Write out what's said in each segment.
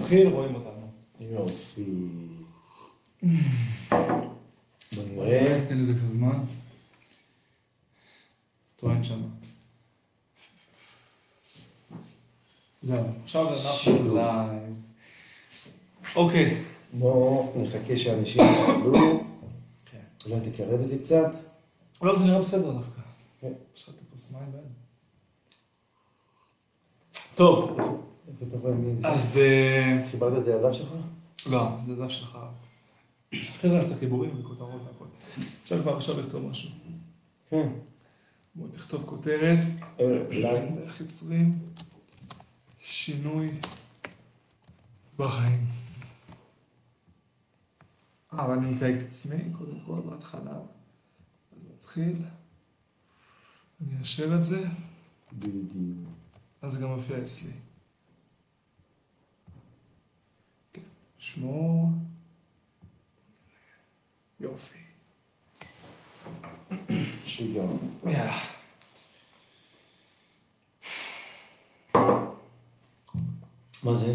נתחיל, רואים אותנו. יופי. בוא נראה. תן לזה קצת זמן. טוען שם. זהו, עכשיו אנחנו לייב. אוקיי. בואו נחכה שאנשים יעלו. אולי תקרב את זה קצת. לא, זה נראה בסדר דווקא. כן. שתה כוס מים בין. טוב. איפה אתה רואה מי זה? אז... חיברת את זה לדף שלך? לא, זה דף שלך. אחרי זה נעשה חיבורים וכותרות והכל. עכשיו לכתוב משהו. כן. בואו נכתוב כותרת. לייק. איך יוצרים שינוי בחיים. ואני מתייג את עצמי, קודם כל, בהתחלה. אז נתחיל. אני אשאר את זה. בדיוק. אז זה גם מופיע אצלי. כן, שמור. יופי. שיגעון. יאללה. מה זה?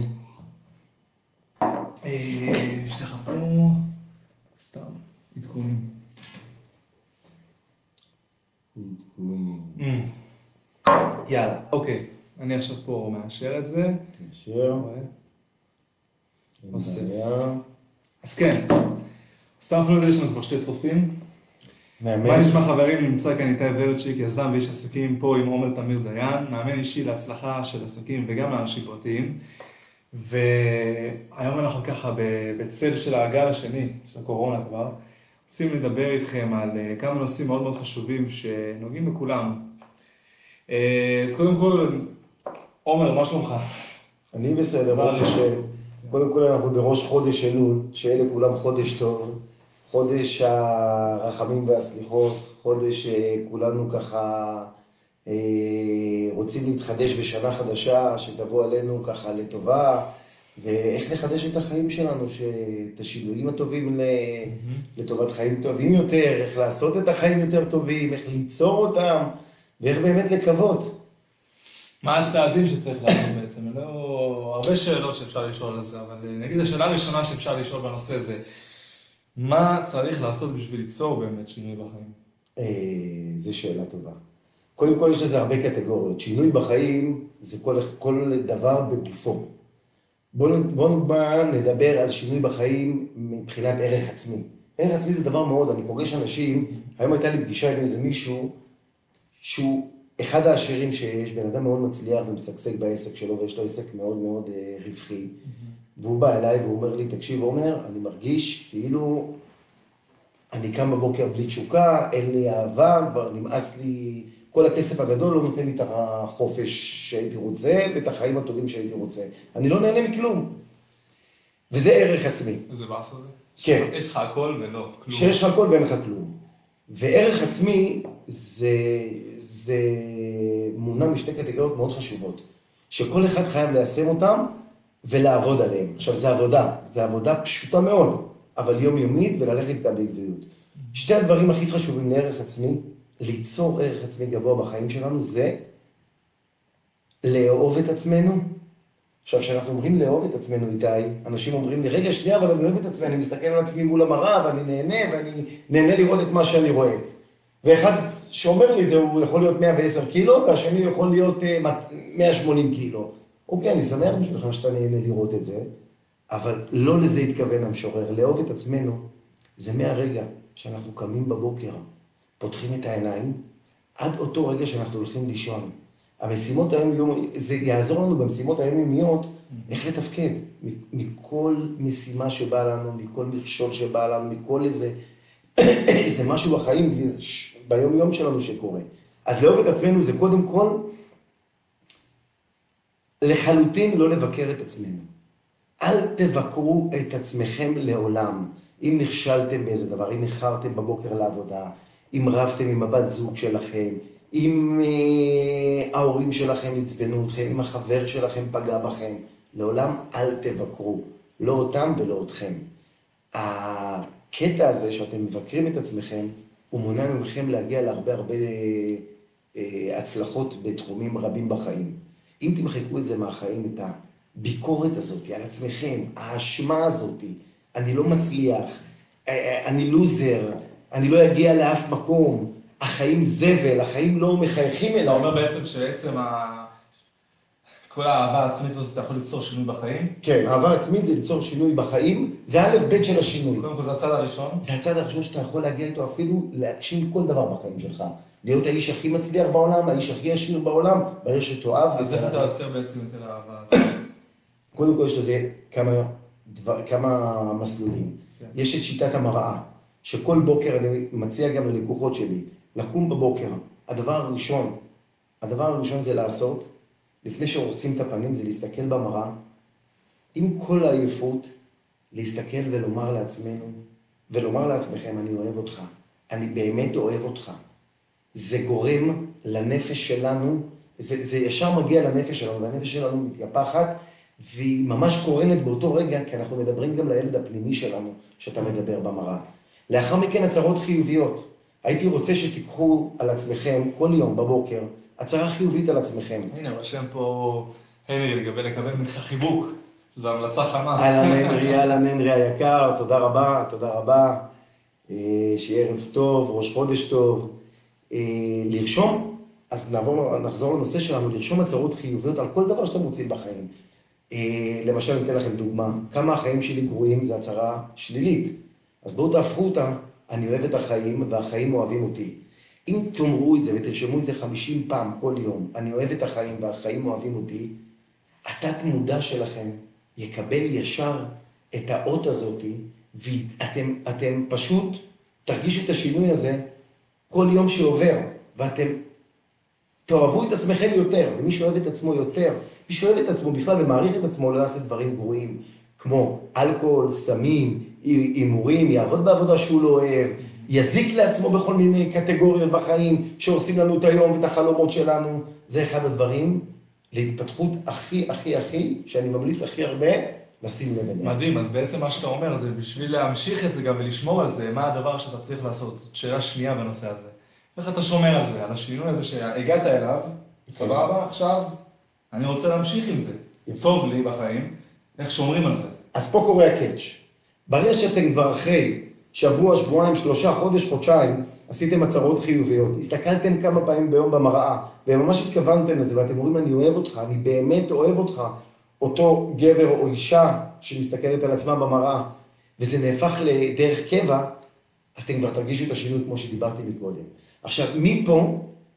יש לך פה סתם עדכונים. יאללה, אוקיי. אני עכשיו פה מאשר את זה. תאשר. אוסף. אז כן, הוספנו את זה, יש לנו כבר 2 צופים. מה נשמע חברים? נמצא כאן איתי ורצ'יק, יזם ואיש עסקים פה עם עומר תמיר דיין, מאמן אישי להצלחה של עסקים וגם לאנשים פרטיים. והיום אנחנו ככה בצל של הגל השני, של הקורונה כבר, רוצים לדבר איתכם על כמה נושאים מאוד מאוד חשובים שנוגעים בכולם. אז קודם כל, עומר, מה שלומך? אני בסדר, ברוך השם. קודם כל אנחנו בראש חודש אלול, שיהיה לכולם חודש טוב, חודש הרחמים והסליחות, חודש שכולנו ככה רוצים להתחדש בשנה חדשה, שתבוא עלינו ככה לטובה, ואיך לחדש את החיים שלנו, את השינויים הטובים לטובת חיים טובים יותר, איך לעשות את החיים יותר טובים, איך ליצור אותם, ואיך באמת לקוות. מה הצעדים שצריך לעשות בעצם? לא הרבה שאלות שאפשר לשאול על זה, אבל נגיד השאלה הראשונה שאפשר לשאול בנושא זה, מה צריך לעשות בשביל ליצור באמת שינוי בחיים? זו שאלה טובה. קודם כל יש לזה הרבה קטגוריות. שינוי בחיים זה כל דבר בגופו. בואו נדבר על שינוי בחיים מבחינת ערך עצמי. ערך עצמי זה דבר מאוד, אני פוגש אנשים, היום הייתה לי פגישה עם איזה מישהו, שהוא אחד העשירים שיש, בן אדם מאוד מצליח ומשגשג בעסק שלו, ויש לו עסק מאוד מאוד רווחי. והוא בא אליי והוא אומר לי, תקשיב עומר, אני מרגיש כאילו אני קם בבוקר בלי תשוקה, אין לי אהבה, כבר נמאס לי, כל הכסף הגדול לא נותן לי את החופש שהייתי רוצה, ואת החיים הטובים שהייתי רוצה. אני לא נהנה מכלום. וזה ערך עצמי. איזה באס הזה? כן. יש לך הכל ולא, כלום. שיש לך הכל ואין לך כלום. וערך עצמי זה מונע משתי קטגוריות מאוד חשובות, שכל אחד חייב ליישם אותם ולעבוד עליהם. עכשיו, זה עבודה פשוטה מאוד, אבל יומיומית וללכת איתה בעקביות. שתי הדברים הכי חשובים לערך עצמי, ליצור ערך עצמי גבוה בחיים שלנו, זה לאהוב את עצמנו. עכשיו, כשאנחנו אומרים לאהוב את עצמנו איתי, אנשים אומרים לי, רגע, שנייה, אבל אני אוהב את עצמי, אני מסתכל על עצמי מול המראה, ואני נהנה לראות את מה שאני רואה. ואחד שאומר לי את זה, הוא יכול להיות 110 קילו, והשני יכול להיות 180 קילו. אוקיי, אני שמח בשבילך שאתה נהנה לראות את זה, אבל לא לזה התכוון המשורר. לאהוב את עצמנו, זה מהרגע שאנחנו קמים בבוקר, פותחים את העיניים, עד אותו רגע שאנחנו הולכים לישון. המשימות היומיומיות, זה יעזור לנו במשימות היומיומיות, איך לתפקד. מכל משימה שבא לנו, מכל מכשול שבא לנו, מכל איזה משהו בחיים, ביום שלנו שקורה. אז לאהוב את עצמנו זה קודם כל, לחלוטין לא לבקר את עצמנו. אל תבקרו את עצמכם לעולם. אם נכשלתם באיזה דבר, אם איחרתם בבוקר לעבודה, אם רבתם עם הבת זוג שלכם, אם ההורים שלכם עצבנו אתכם, אם החבר שלכם פגע בכם, לעולם אל תבקרו, לא אותם ולא אתכם. הקטע הזה שאתם מבקרים את עצמכם, הוא מונע ממכם להגיע להרבה הצלחות בתחומים רבים בחיים. אם תמחקו את זה מהחיים, את הביקורת הזאת על עצמכם, האשמה הזאת, אני לא מצליח, אני לוזר, אני לא אגיע לאף מקום, החיים זבל, החיים לא מחייכים אליי. אתה אומר בעצם שעצם כל האהבה העצמית הזאת, אתה יכול ליצור שינוי בחיים? כן, אהבה עצמית זה ליצור שינוי בחיים, זה א' ב' של השינוי. קודם כל זה הצד הראשון. זה הצד הראשון שאתה יכול להגיע איתו אפילו להגשים כל דבר בחיים שלך. להיות האיש הכי מצליח בעולם, האיש הכי עשיר בעולם, ברגע שתאהב. אז איך אתה יוצר בעצם יותר אהבה עצמית? קודם כל יש לזה כמה מסלולים. יש את שיטת המראה, שכל בוקר אני מציע גם ללקוחות שלי, לקום בבוקר. הדבר הראשון זה לעשות, לפני שרוחצים את הפנים, זה להסתכל במראה, עם כל העייפות, להסתכל ולומר לעצמנו, ולומר לעצמכם, אני אוהב אותך, אני באמת אוהב אותך. זה גורם לנפש שלנו, זה ישר מגיע לנפש שלנו, והנפש שלנו מתייפחת, והיא ממש קורנת באותו רגע, כי אנחנו מדברים גם לילד הפנימי שלנו, שאתה מדבר במראה. לאחר מכן הצהרות חיוביות. הייתי רוצה שתיקחו על עצמכם כל יום בבוקר, הצהרה חיובית על עצמכם. הנה, רשם פה הנרי לגבי לקבל ממך חיבוק. זו המלצה חמה. אהלן הנרי היקר, תודה רבה, תודה רבה. שיהיה ערב טוב, ראש חודש טוב. לרשום, אז נחזור לנושא שלנו, לרשום הצהרות חיוביות על כל דבר שאתם רוצים בחיים. למשל, אני אתן לכם דוגמה. כמה החיים שלי גרועים זה הצהרה שלילית. אז בואו תהפכו אותה, אני אוהב את החיים והחיים אוהבים אותי. אם תאמרו את זה ותרשמו את זה 50 פעם כל יום, אני אוהב את החיים והחיים אוהבים אותי, התת מודע שלכם יקבל ישר את האות הזאת, ואתם פשוט תרגישו את השינוי הזה כל יום שעובר, ואתם תאהבו את עצמכם יותר, ומי שאוהב את עצמו יותר, מי שאוהב את עצמו בכלל ומעריך את עצמו לא יעשה דברים גרועים, כמו אלכוהול, סמים, הימורים, יעבוד בעבודה שהוא לא אוהב, יזיק לעצמו בכל מיני קטגוריות בחיים שעושים לנו את היום ואת החלומות שלנו. זה אחד הדברים להתפתחות הכי, שאני ממליץ הכי הרבה, לשים לב אליה. מדהים, אז בעצם מה שאתה אומר זה בשביל להמשיך את זה גם ולשמור על זה, מה הדבר שאתה צריך לעשות? זאת שאלה שנייה בנושא הזה. איך אתה שומר על זה, על השינוי הזה שהגעת אליו, סבבה, עכשיו אני רוצה להמשיך עם זה. טוב לי בחיים, איך שומרים על זה? אז פה קורה הקאץ'. ברגע שאתם כבר אחרי שבוע, שבועיים, 3 חודש, חודשיים, עשיתם הצהרות חיוביות, הסתכלתם כמה פעמים ביום במראה, וממש התכוונתם לזה, ואתם אומרים, אני אוהב אותך, אני באמת אוהב אותך, אותו גבר או אישה שמסתכלת על עצמה במראה, וזה נהפך לדרך קבע, אתם כבר תרגישו את השינוי כמו שדיברתי מקודם. עכשיו, מפה,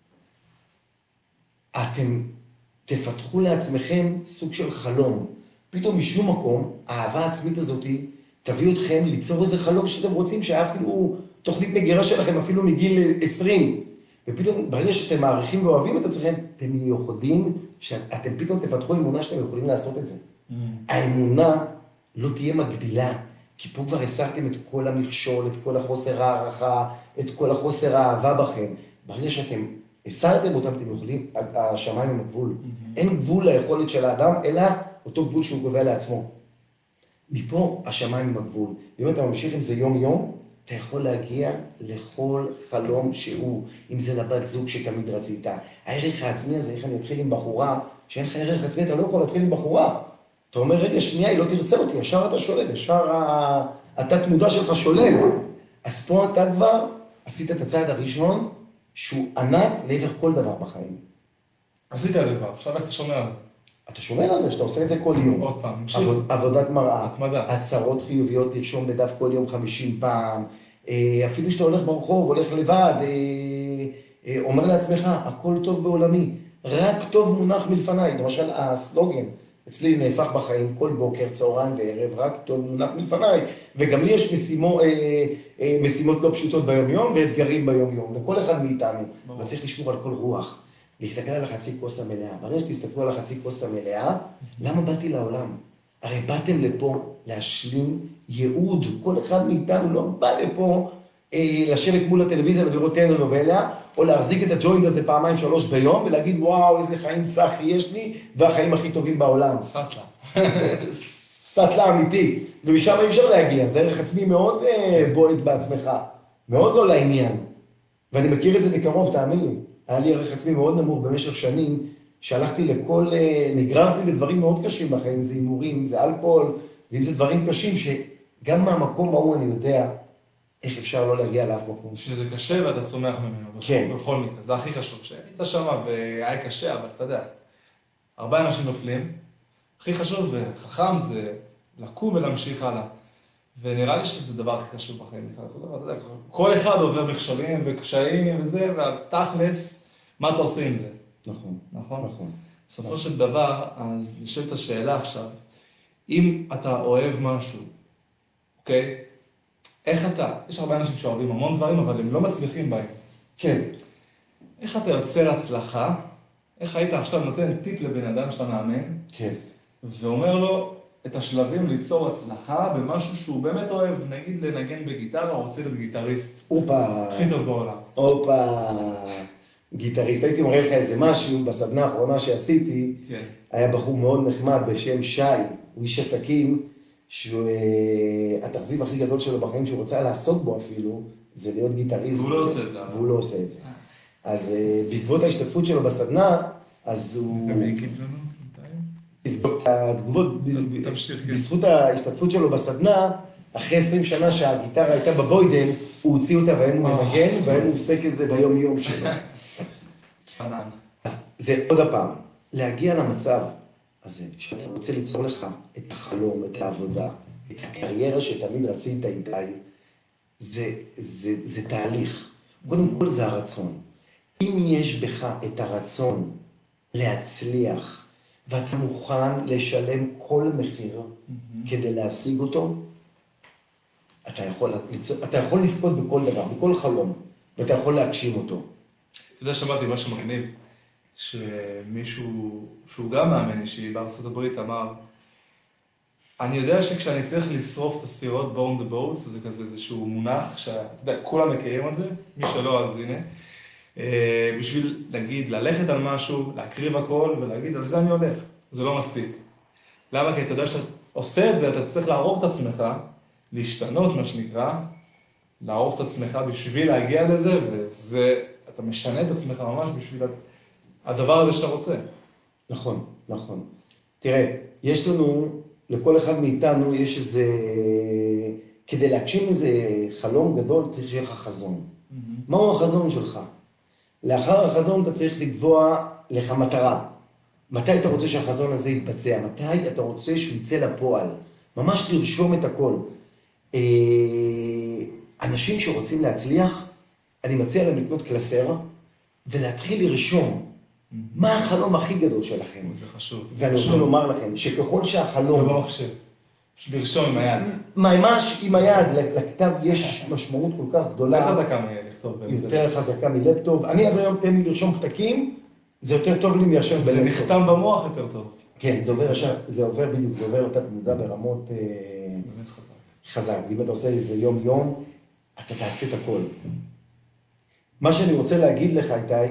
אתם תפתחו לעצמכם סוג של חלום. פתאום משום מקום, האהבה העצמית הזאת תביא אתכם ליצור איזה חלום שאתם רוצים, שהיה אפילו תוכנית מגירה שלכם, אפילו מגיל 20. ופתאום, ברגע שאתם מעריכים ואוהבים את עצמכם, אתם יודעים שאתם פתאום תפתחו אמונה שאתם יכולים לעשות את זה. האמונה לא תהיה מגבילה, כי פה כבר הסרתם את כל המכשול, את כל החוסר הערכה, את כל החוסר האהבה בכם. ברגע שאתם הסרתם אותם, אתם יכולים, השמיים הם הגבול. אין גבול ליכולת של האדם, אלא אותו גבול שהוא קובע לעצמו. מפה השמיים הם הגבול. ואם אתה ממשיך עם זה יום-יום, אתה יכול להגיע לכל חלום שהוא, אם זה לבת זוג שתמיד רצית. הערך העצמי הזה, איך אני אתחיל עם בחורה, שאין לך ערך עצמי, אתה לא יכול להתחיל עם בחורה. אתה אומר, רגע, שנייה, היא לא תרצה אותי, ישר אתה שולל, ישר התת מודע שלך שולל. אז פה אתה כבר עשית את הצעד הראשון, שהוא ענק לעבר כל דבר בחיים. עשית את זה כבר, עכשיו איך אתה שומר על זה? אתה שומר על זה, שאתה עושה את זה כל יום. עוד פעם, עבודת מראה. התמדה. הצהרות חיוביות, לרשום בדף כל יום 50 פעם. אפילו שאתה הולך ברחוב, הולך לבד, אומר לעצמך, הכל טוב בעולמי. רק טוב מונח מלפניי. למשל, הסלוגן אצלי נהפך בחיים כל בוקר, צהריים וערב, רק טוב מונח מלפניי. וגם לי יש משימות לא פשוטות ביום-יום ואתגרים ביום-יום. לכל אחד מאיתנו. אבל צריך לשמור על כל רוח. להסתכל על החצי כוס המלאה. ברגע שתסתכלו על החצי כוס המלאה, למה באתי לעולם? הרי באתם לפה להשלים ייעוד. כל אחד מאיתנו לא בא לפה לשבת מול הטלוויזיה ולראות טלנובלה, או להחזיק את הג'וינט הזה 2-3 ביום, ולהגיד, וואו, איזה חיים סחי יש לי, והחיים הכי טובים בעולם. סטלה. סטלה אמיתי. ומשם אי אפשר להגיע. זה ערך עצמי מאוד בועט בעצמך. מאוד לא לעניין. ואני מכיר את זה מקרוב, תאמין לי. היה לי ערך עצמי מאוד נמוך במשך שנים, שהלכתי נגררתי לדברים מאוד קשים בחיים, אם זה הימורים, אם זה אלכוהול, ואם זה דברים קשים, שגם מהמקום ההוא אני יודע איך אפשר לא להגיע לאף מקום. שזה קשה ואתה צומח ממנו, כן. בכל מקרה, זה הכי חשוב, שהיית שמה והיה קשה, אבל אתה יודע, הרבה אנשים נופלים, הכי חשוב וחכם זה לקום ולהמשיך הלאה. ונראה לי שזה דבר הכי חשוב בחיים. אתה יודע, כל אחד עובר מכשולים וקשיים וזה, והתכלס, מה אתה עושה עם זה? נכון. נכון? נכון. בסופו של דבר, אז נשאלת השאלה עכשיו, אם אתה אוהב משהו, אוקיי? איך אתה, יש הרבה אנשים שאוהבים המון דברים, אבל הם לא מצליחים בהם. כן. איך אתה יוצר הצלחה? איך היית עכשיו נותן טיפ לבן אדם שאתה מאמן? כן. ואומר לו את השלבים ליצור הצלחה במשהו שהוא באמת אוהב, נגיד לנגן בגיטרה, או רוצה להיות גיטריסט. הכי טוב בעולם. גיטריסט. הייתי מראה לך איזה משהו בסדנה האחרונה שעשיתי. כן. היה בחור מאוד נחמד בשם שי, הוא איש עסקים, שהתחביב הכי גדול שלו בחיים שהוא רוצה לעסוק בו אפילו, זה להיות גיטריסט. והוא לא עושה את זה. והוא לא עושה את זה. אז בעקבות ההשתתפות שלו בסדנה, אז הוא... ומי הקים לנו? תבדוק את התגובות, תמשיך, כן. בזכות ההשתתפות שלו בסדנה, אחרי 20 שנה שהגיטרה הייתה בבוידן, הוא הוציא אותה והיום הוא מנגן, והיום הוא עוסק את זה ביום יום שלו. אז זה עוד הפעם, להגיע למצב הזה, שאתה רוצה ליצור לך את החלום, את העבודה, את הקריירה שתמיד רצית איתי, זה תהליך. קודם כל זה הרצון. אם יש בך את הרצון להצליח, ואתה מוכן לשלם כל מחיר כדי להשיג אותו, אתה יכול לזכות בכל דבר, בכל חלום, ואתה יכול להגשים אותו. אתה יודע, שמעתי משהו מגניב, שמישהו, שהוא גם מאמן אישי בארצות הברית, אמר, אני יודע שכשאני צריך לשרוף את הסירות Burn the Boats, זה כזה איזשהו מונח, שאתה יודע, כולם מכירים את זה, מי שלא, אז הנה, בשביל, נגיד, ללכת על משהו, להקריב הכל ולהגיד, על זה אני הולך. זה לא מספיק. למה? כי אתה יודע שאתה עושה את זה, אתה צריך לערוך את עצמך, להשתנות, מה שנקרא, לערוך את עצמך בשביל להגיע לזה, וזה, אתה משנה את עצמך ממש בשביל הדבר הזה שאתה רוצה. נכון, נכון. תראה, יש לנו, לכל אחד מאיתנו, יש איזה, כדי להגשים איזה חלום גדול, צריך שיהיה לך חזון. מהו החזון שלך? לאחר החזון אתה צריך לקבוע לך מטרה. מתי אתה רוצה שהחזון הזה יתבצע? מתי אתה רוצה שהוא יצא לפועל? ממש לרשום את הכל. אנשים שרוצים להצליח, אני מציע להם לקנות קלסר, ולהתחיל לרשום מה החלום הכי גדול שלכם. זה חשוב. ואני רוצה לומר לכם, שככל שהחלום... זה לא מחשב. פשוט לרשום עם היד. ממש עם היד, לכתב יש משמעות כל כך גדולה. יותר חזקה מלכתוב. יותר חזקה מלפטופ. אני עד היום תן לי לרשום פתקים, זה יותר טוב לי מיישב בלפטופ. זה נחתם במוח יותר טוב. כן, זה עובר בדיוק, זה עובר אותה תמודה ברמות... באמת חזק. חזק, ואם אתה עושה איזה יום-יום, אתה תעשה את הכל. מה שאני רוצה להגיד לך, איתי,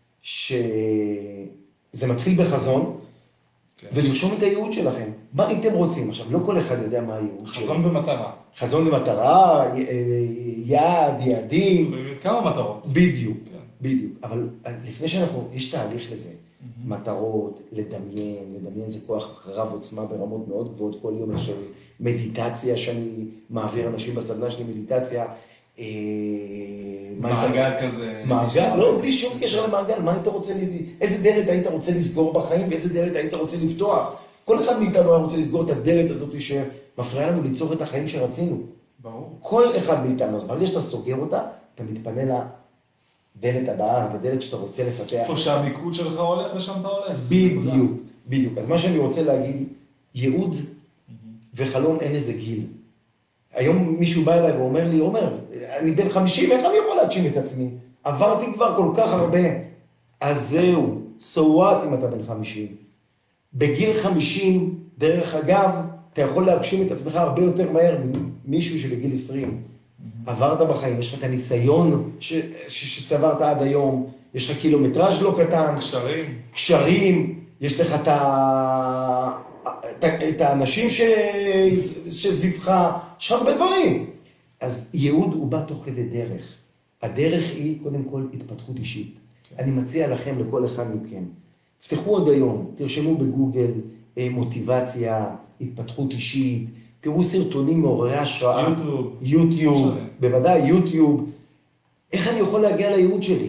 שזה מתחיל בחזון, ולרשום את הייעוד שלכם. מה הייתם רוצים? עכשיו, לא כל אחד יודע מה הייעוד שלו. חזון ומטרה. חזון ומטרה, יעד, יעדים. כמה מטרות. בדיוק, בדיוק. אבל לפני שאנחנו, יש תהליך לזה. מטרות, לדמיין זה כוח רב עוצמה ברמות מאוד גבוהות. כל יום יש מדיטציה שאני מעביר אנשים בסדנה שלי, מדיטציה. מעגל כזה. מעגל, לא, בלי שום קשר למעגל. מה היית רוצה, איזה דלת היית רוצה לסגור בחיים ואיזה דלת היית רוצה לפתוח? כל אחד מאיתנו היה רוצה לסגור את הדלת הזאת שמפריעה לנו ליצור את החיים שרצינו. ברור. כל אחד מאיתנו, אז ברגע שאתה סוגר אותה, אתה מתפנה לדלת הבאה, לדלת שאתה רוצה לפתח. איפה שהמיקוד שלך הולך, לשם אתה הולך. בדיוק, בדיוק. אז מה שאני רוצה להגיד, ייעוד וחלום אין איזה גיל. היום מישהו בא אליי ואומר לי, עומר, אני בן 50, איך אני יכול להגשים את עצמי? עברתי כבר כל כך הרבה. אז זהו, so what אם אתה בן 50? בגיל 50, דרך אגב, אתה יכול להגשים את עצמך הרבה יותר מהר ממישהו שבגיל 20. עברת בחיים, יש לך את הניסיון שצברת עד היום, יש לך קילומטראז' לא קטן. קשרים, יש לך את האנשים שסביבך, יש לך הרבה דברים. אז ייעוד הוא בא תוך כדי דרך. הדרך היא קודם כל התפתחות אישית. אני מציע לכם, לכל אחד מכם, תפתחו עוד היום, תרשמו בגוגל מוטיבציה, התפתחות אישית, תראו סרטונים מעוררי השראה. יוטיוב, בוודאי, יוטיוב. איך אני יכול להגיע לייעוד שלי?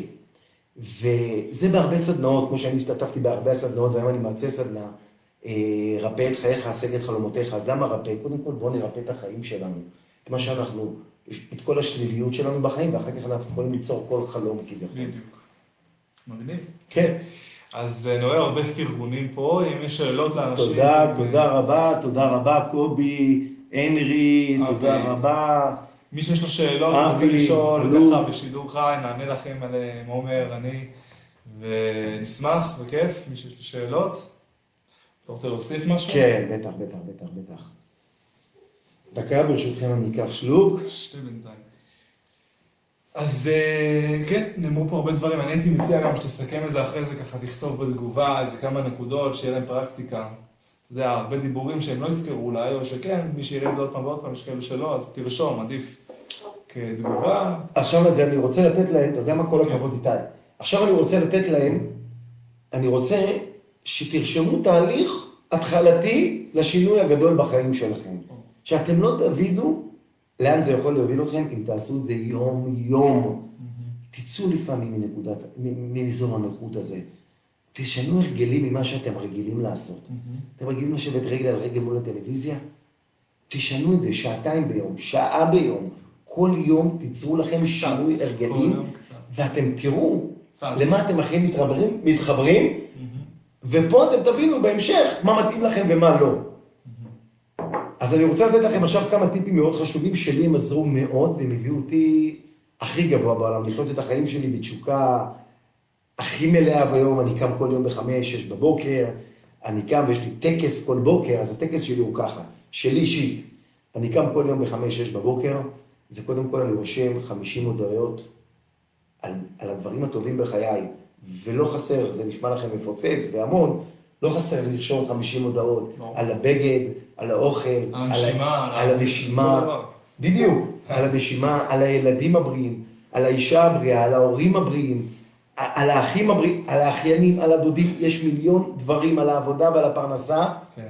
וזה בהרבה סדנאות, כמו שאני השתתפתי בהרבה סדנאות, והיום אני מרצה סדנה, רפא את חייך, השג את חלומותיך. אז למה רפא? קודם כל בואו נרפא את החיים שלנו. את מה שאנחנו, את כל השליליות שלנו בחיים, ואחר כך אנחנו יכולים ליצור כל חלום כביכול. בדיוק. מגניב. כן. אז אני רואה הרבה פרגונים פה, אם יש שאלות לאנשים. תודה רבה, קובי, הנרי, תודה רבה. מי שיש לו שאלות, רוצה לשאול, ככה בשידור חי, נענה לכם עליהם, עומר, אני, ונשמח, וכיף, מי שיש לו שאלות. אתה רוצה להוסיף משהו? כן, בטח. דקה, ברשותכם אני אקח שלוק. שתי בינתיים. אז כן, נאמרו פה הרבה דברים, אני הייתי מציע גם שתסכם את זה אחרי זה, ככה תכתוב בתגובה איזה כמה נקודות, שיהיה להם פרקטיקה. אתה יודע, הרבה דיבורים שהם לא יזכרו אולי, או שכן, מי שיראה את זה עוד פעם ועוד פעם, יש כאלה שלא, אז תרשום, עדיף כתגובה. עכשיו אז אני רוצה לתת להם, אתה יודע מה כל הכבוד איתי? עכשיו אני רוצה לתת להם, אני רוצה שתרשמו תהליך התחלתי לשינוי הגדול בחיים שלכם. שאתם לא תבידו לאן זה יכול להוביל אתכם אם תעשו את זה יום. תצאו לפעמים מאזור הנוחות הזה. תשנו הרגלים ממה שאתם רגילים לעשות. אתם רגילים לשבת רגל על רגל מול הטלוויזיה? תשנו את זה שעתיים ביום, שעה ביום. כל יום תיצרו לכם שינוי הרגלים, ואתם תראו למה אתם הכי מתחברים, ופה אתם תבינו בהמשך מה מתאים לכם ומה לא. אז אני רוצה לתת לכם עכשיו כמה טיפים מאוד חשובים שלי, הם עזרו מאוד, והם הביאו אותי הכי גבוה בעולם, לחיות את החיים שלי בתשוקה הכי מלאה ביום. אני קם כל יום ב5-6 בבוקר, אני קם ויש לי טקס כל בוקר, אז הטקס שלי הוא ככה, שלי אישית. אני קם כל יום ב5-6 בבוקר, זה קודם כל אני רושם 50 הודעות על הדברים הטובים בחיי, ולא חסר, זה נשמע לכם מפוצץ והמון, לא חסר לי לרשום 50 הודעות על הבגד, על האוכל, על הנשימה, בדיוק, על הנשימה, על הילדים הבריאים, על האישה הבריאה, על ההורים הבריאים, על האחים הבריאים, על האחיינים, על הדודים, יש מיליון דברים על העבודה ועל הפרנסה.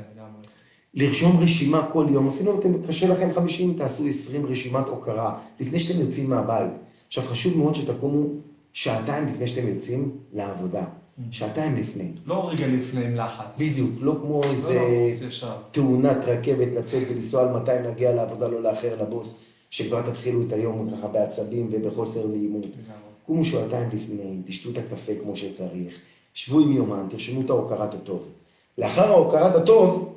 לרשום רשימה כל יום, אפילו אם קשה לכם 50, תעשו 20 רשימת הוקרה, לפני שאתם יוצאים מהבית. עכשיו חשוב מאוד שתקומו שעתיים לפני שאתם יוצאים לעבודה. שעתיים לפני. לא רגע לפני עם לחץ. בדיוק, לא כמו איזה תאונת רכבת לצאת ולנסוע על 200 להגיע לעבודה, לא לאחר לבוס, שכבר תתחילו את היום ככה בעצבים ובחוסר נעימות. קומו שעתיים לפני, תשתו את הקפה כמו שצריך, שבו עם יומן, תרשמו את ההוקרת הטוב. לאחר ההוקרת הטוב,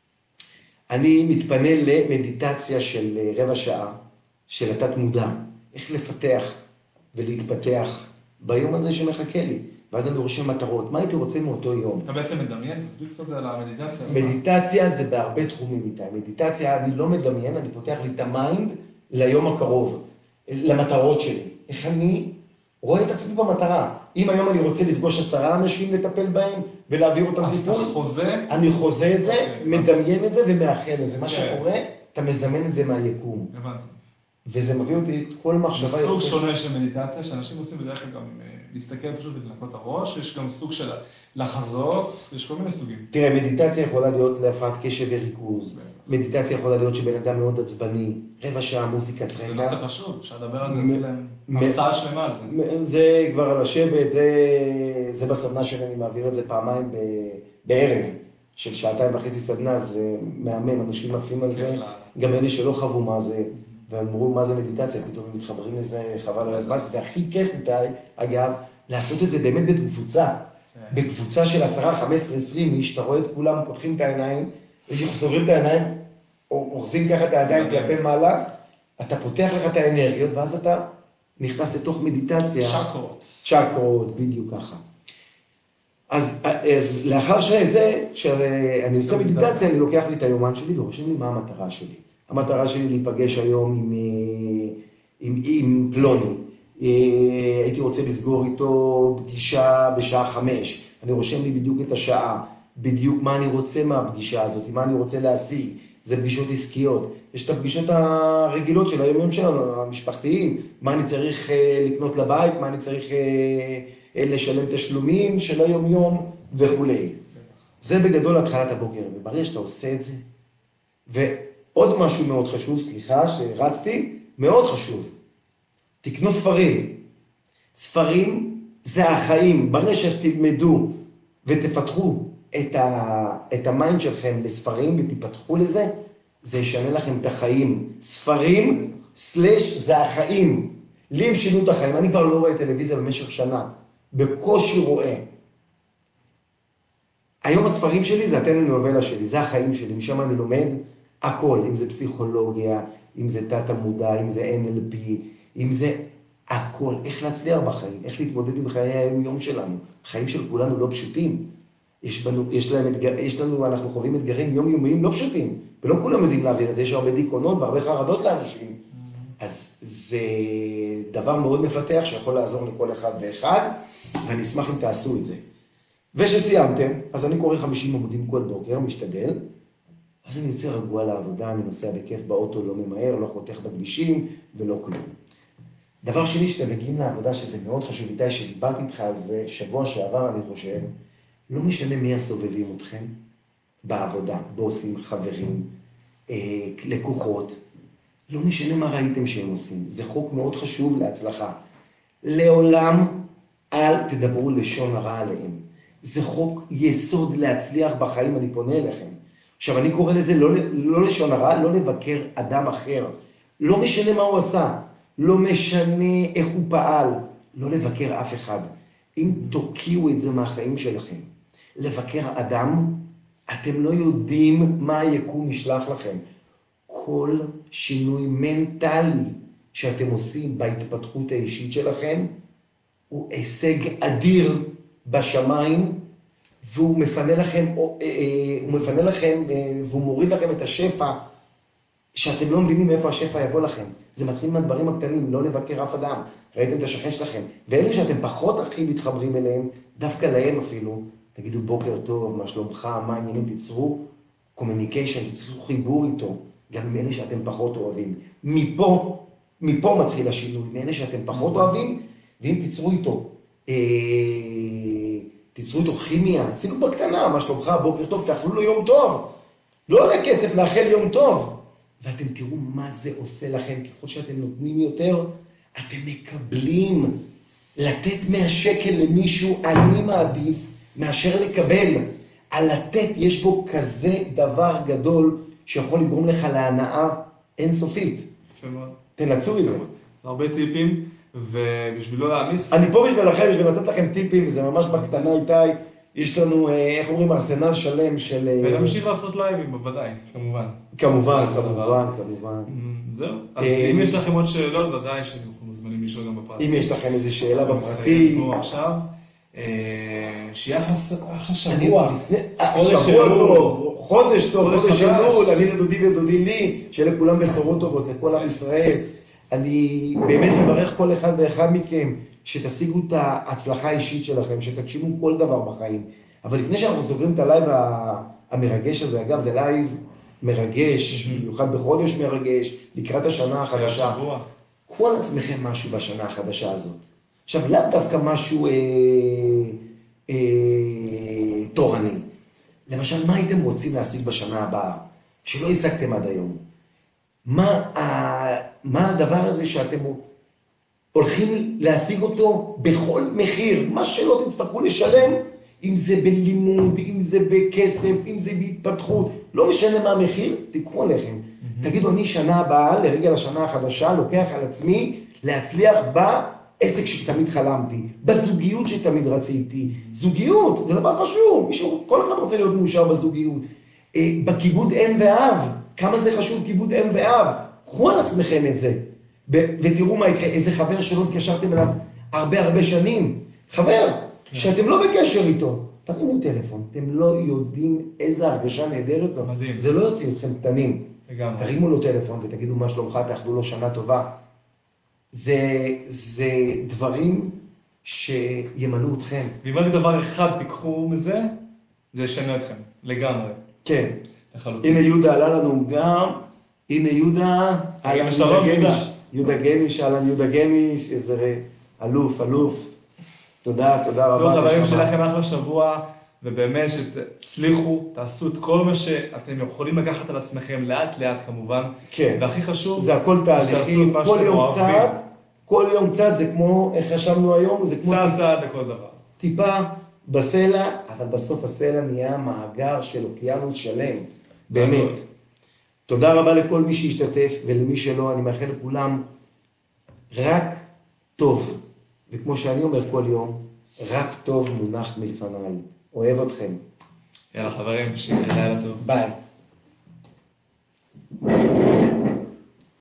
אני מתפנה למדיטציה של רבע שעה, של התת מודע, איך לפתח ולהתפתח ביום הזה שמחכה לי. ואז אני רושם מטרות, מה הייתי רוצה מאותו יום? אתה בעצם מדמיין? תסביר קצת על המדיטציה. מדיטציה זה בהרבה תחומים איתה. מדיטציה, אני לא מדמיין, אני פותח לי את המיינד ליום הקרוב, למטרות שלי. איך אני רואה את עצמי במטרה. אם היום אני רוצה לפגוש 10 אנשים לטפל בהם ולהעביר אותם טיפול, אז אתה חוזה? אני חוזה את זה, מדמיין את זה ומאחל לזה. מה שקורה, אתה מזמן את זה מהיקום. הבנתי. וזה מביא אותי כל מחשבה. זה סוג שונה של מדיטציה, שאנשים עושים בדרך כלל גם להסתכל פשוט ולנקות הראש, יש גם סוג של לחזות, יש כל מיני סוגים. תראה, מדיטציה יכולה להיות להפרעת קשב וריכוז, מדיטציה יכולה להיות שבן אדם מאוד עצבני, רבע שעה מוזיקת רקע. זה נושא חשוב, שהדבר הזה מביא להם הרצאה שלמה על זה. זה כבר על השבט, זה בסדנה שלי, אני מעביר את זה פעמיים בערב, של 2.5 סדנה, זה מהמם, אנשים עפים על זה, גם אלה שלא חוו מה זה. ואמרו, מה זה מדיטציה? פתאום הם מתחברים לזה, חבל על הזמן, והכי כיף איתי, אגב, לעשות את זה באמת בקבוצה. בקבוצה של 10, 15, 20 איש, אתה רואה את כולם פותחים את העיניים, סוגרים את העיניים, או אוחזים ככה את הידיים כלפי מעלה, אתה פותח לך את האנרגיות, ואז אתה נכנס לתוך מדיטציה. צ'קרות, בדיוק ככה. אז לאחר שאני עושה מדיטציה, אני לוקח לי את היומן שלי ורושם לי מה המטרה שלי. המטרה שלי להיפגש היום עם פלוני. הייתי רוצה לסגור איתו פגישה בשעה 5. אני רושם לי בדיוק את השעה, בדיוק מה אני רוצה מהפגישה הזאת, מה אני רוצה להשיג. זה פגישות עסקיות. יש את הפגישות הרגילות של היום-יום שלנו, המשפחתיים. מה אני צריך לקנות לבית, מה אני צריך לשלם תשלומים של היום-יום. וכולי. זה בגדול התחלת הבוקר, וברגע שאתה עושה את זה, ועוד משהו מאוד חשוב, סליחה שרצתי, מאוד חשוב, תקנו ספרים. ספרים זה החיים. ברגע שתלמדו ותפתחו את המיינד שלכם לספרים ותפתחו לזה, זה ישנה לכם את החיים. ספרים סלש זה החיים. לי הם שינו את החיים. אני כבר לא רואה טלוויזיה במשך שנה. בקושי רואה. היום הספרים שלי זה הטלנובלה שלי, זה החיים שלי. משם אני לומד הכל. אם זה פסיכולוגיה, אם זה תת המודע, אם זה NLP, אם זה הכל. איך להצליח בחיים, איך להתמודד עם חיי היום שלנו. החיים של כולנו לא פשוטים. אנחנו חווים אתגרים יומיומיים לא פשוטים, ולא כולם יודעים להעביר את זה, יש הרבה דיכאונות והרבה חרדות לאנשים. אז זה דבר מאוד מפתח שיכול לעזור לכל אחד ואחד, ואני אשמח אם תעשו את זה. ושסיימתם, אז אני קורא 50 עמודים כל בוקר, משתדל, אז אני יוצא רגוע לעבודה, אני נוסע בכיף באוטו, לא ממהר, לא חותך בכבישים ולא כלום. דבר שני, שאתם מגיעים לעבודה, שזה מאוד חשוב איתי, שדיברתי איתך על זה שבוע שעבר, אני חושב, לא משנה מי הסובבים אתכם בעבודה, בוסים, חברים, לקוחות, לא משנה מה ראיתם שהם עושים. זה חוק מאוד חשוב להצלחה. לעולם אל תדברו לשון הרע עליהם. זה חוק יסוד להצליח בחיים, אני פונה אליכם. עכשיו, אני קורא לזה לא לשון הרע, לא לבקר אדם אחר. לא משנה מה הוא עשה, לא משנה איך הוא פעל, לא לבקר אף אחד. אם תוקיעו את זה מהחיים שלכם, לבקר אדם, אתם לא יודעים מה היקום ישלח לכם. כל שינוי מנטלי שאתם עושים בהתפתחות האישית שלכם, הוא הישג אדיר בשמיים, והוא מפנה לכם, והוא מוריד לכם את השפע, שאתם לא מבינים מאיפה השפע יבוא לכם. זה מתחיל מהדברים הקטנים, לא לבקר אף אדם. ראיתם את השכן שלכם. ואלו שאתם פחות הכי מתחברים אליהם, דווקא להם אפילו, תגידו בוקר טוב, מה שלומך, מה העניינים, תיצרו קומוניקיישן, תיצרו חיבור איתו, גם עם אלה שאתם פחות אוהבים. מפה מתחיל השינוי, מאלה שאתם פחות אוהבים, ואם תיצרו איתו כימיה, אפילו בקטנה, מה שלומך, בוקר טוב, תאכלו לו יום טוב. לא עולה כסף לאכל יום טוב. ואתם תראו מה זה עושה לכם, ככל שאתם נותנים יותר, אתם מקבלים. לתת 100 שקל למישהו, אני מעדיף, מאשר לקבל. הלתת יש בו כזה דבר גדול, שיכול לגרום לך להנאה אינסופית. יפה מאוד. תנצרו את זה. הרבה טיפים, ובשביל לא להעמיס. אני פה בשבילכם, בשביל לתת לכם טיפים, וזה ממש בקטנה איתי. יש לנו, איך אומרים, ארסנל שלם של... ונמשיך לעשות לייבים, בוודאי, כמובן. כמובן. זהו. אז אם יש לכם עוד שאלות, ודאי שאנחנו מוזמנים לשאול גם בפרטי. אם יש לכם איזו שאלה בפרטי. עכשיו. שיהיה אחלה שבוע. שבוע טוב, חודש טוב, חודש אלול, אני לדודי ודודי לי, שיהיה לכולם בשורות טובות, לכל עם ישראל. אני באמת מברך כל אחד ואחד מכם, שתשיגו את ההצלחה האישית שלכם, שתגשימו כל דבר בחיים. אבל לפני שאנחנו סוגרים את הלייב המרגש הזה, אגב, זה לייב מרגש, במיוחד בחודש מרגש, לקראת השנה החדשה. קחו על עצמכם משהו בשנה החדשה הזאת. עכשיו, לאו דווקא משהו תורני. למשל, מה הייתם רוצים להשיג בשנה הבאה, שלא השגתם עד היום? מה הדבר הזה שאתם הולכים להשיג אותו בכל מחיר, מה שלא תצטרכו לשלם, אם זה בלימוד, אם זה בכסף, אם זה בהתפתחות, לא משנה מה המחיר, תיקחו עליכם. תגידו, אני שנה הבאה, לרגל השנה החדשה, לוקח על עצמי להצליח בעסק שתמיד חלמתי, בזוגיות שתמיד רציתי. זוגיות, זה דבר חשוב, כל אחד רוצה להיות מאושר בזוגיות. בכיבוד אם ואב, כמה זה חשוב כיבוד אם ואב, קחו על עצמכם את זה. ותראו מה יקרה, איזה חבר שלא התקשרתם אליו הרבה שנים. חבר, שאתם לא בקשר איתו, תרימו טלפון, אתם לא יודעים איזה הרגשה נהדרת זו. מדהים. זה לא יוציא אתכם קטנים. לגמרי. תרימו לו טלפון ותגידו מה שלומך, תאכלו לו שנה טובה. זה דברים שימלאו אתכם. ואם רק דבר אחד תיקחו מזה, זה ישנה אתכם, לגמרי. כן. לחלוטין. הנה יהודה עלה לנו גם, הנה יהודה, יהודה גניש, אהלן יהודה גניש, איזה אלוף. תודה רבה. זהו חברים שלכם אחלה שבוע, ובאמת שתצליחו, תעשו את כל מה שאתם יכולים לקחת על עצמכם, לאט לאט כמובן. כן. והכי חשוב, זה הכל תהליכים, כל יום קצת, כל יום קצת זה כמו, איך חשבנו היום, זה כמו... צעד לכל דבר. טיפה בסלע, אבל בסוף הסלע נהיה מאגר של אוקיינוס שלם, באמת. תודה רבה לכל מי שהשתתף ולמי שלא, אני מאחל לכולם רק טוב. וכמו שאני אומר כל יום, רק טוב מונח מלפניי. אוהב אתכם. יאללה חברים, שיהיה לילה טוב. ביי.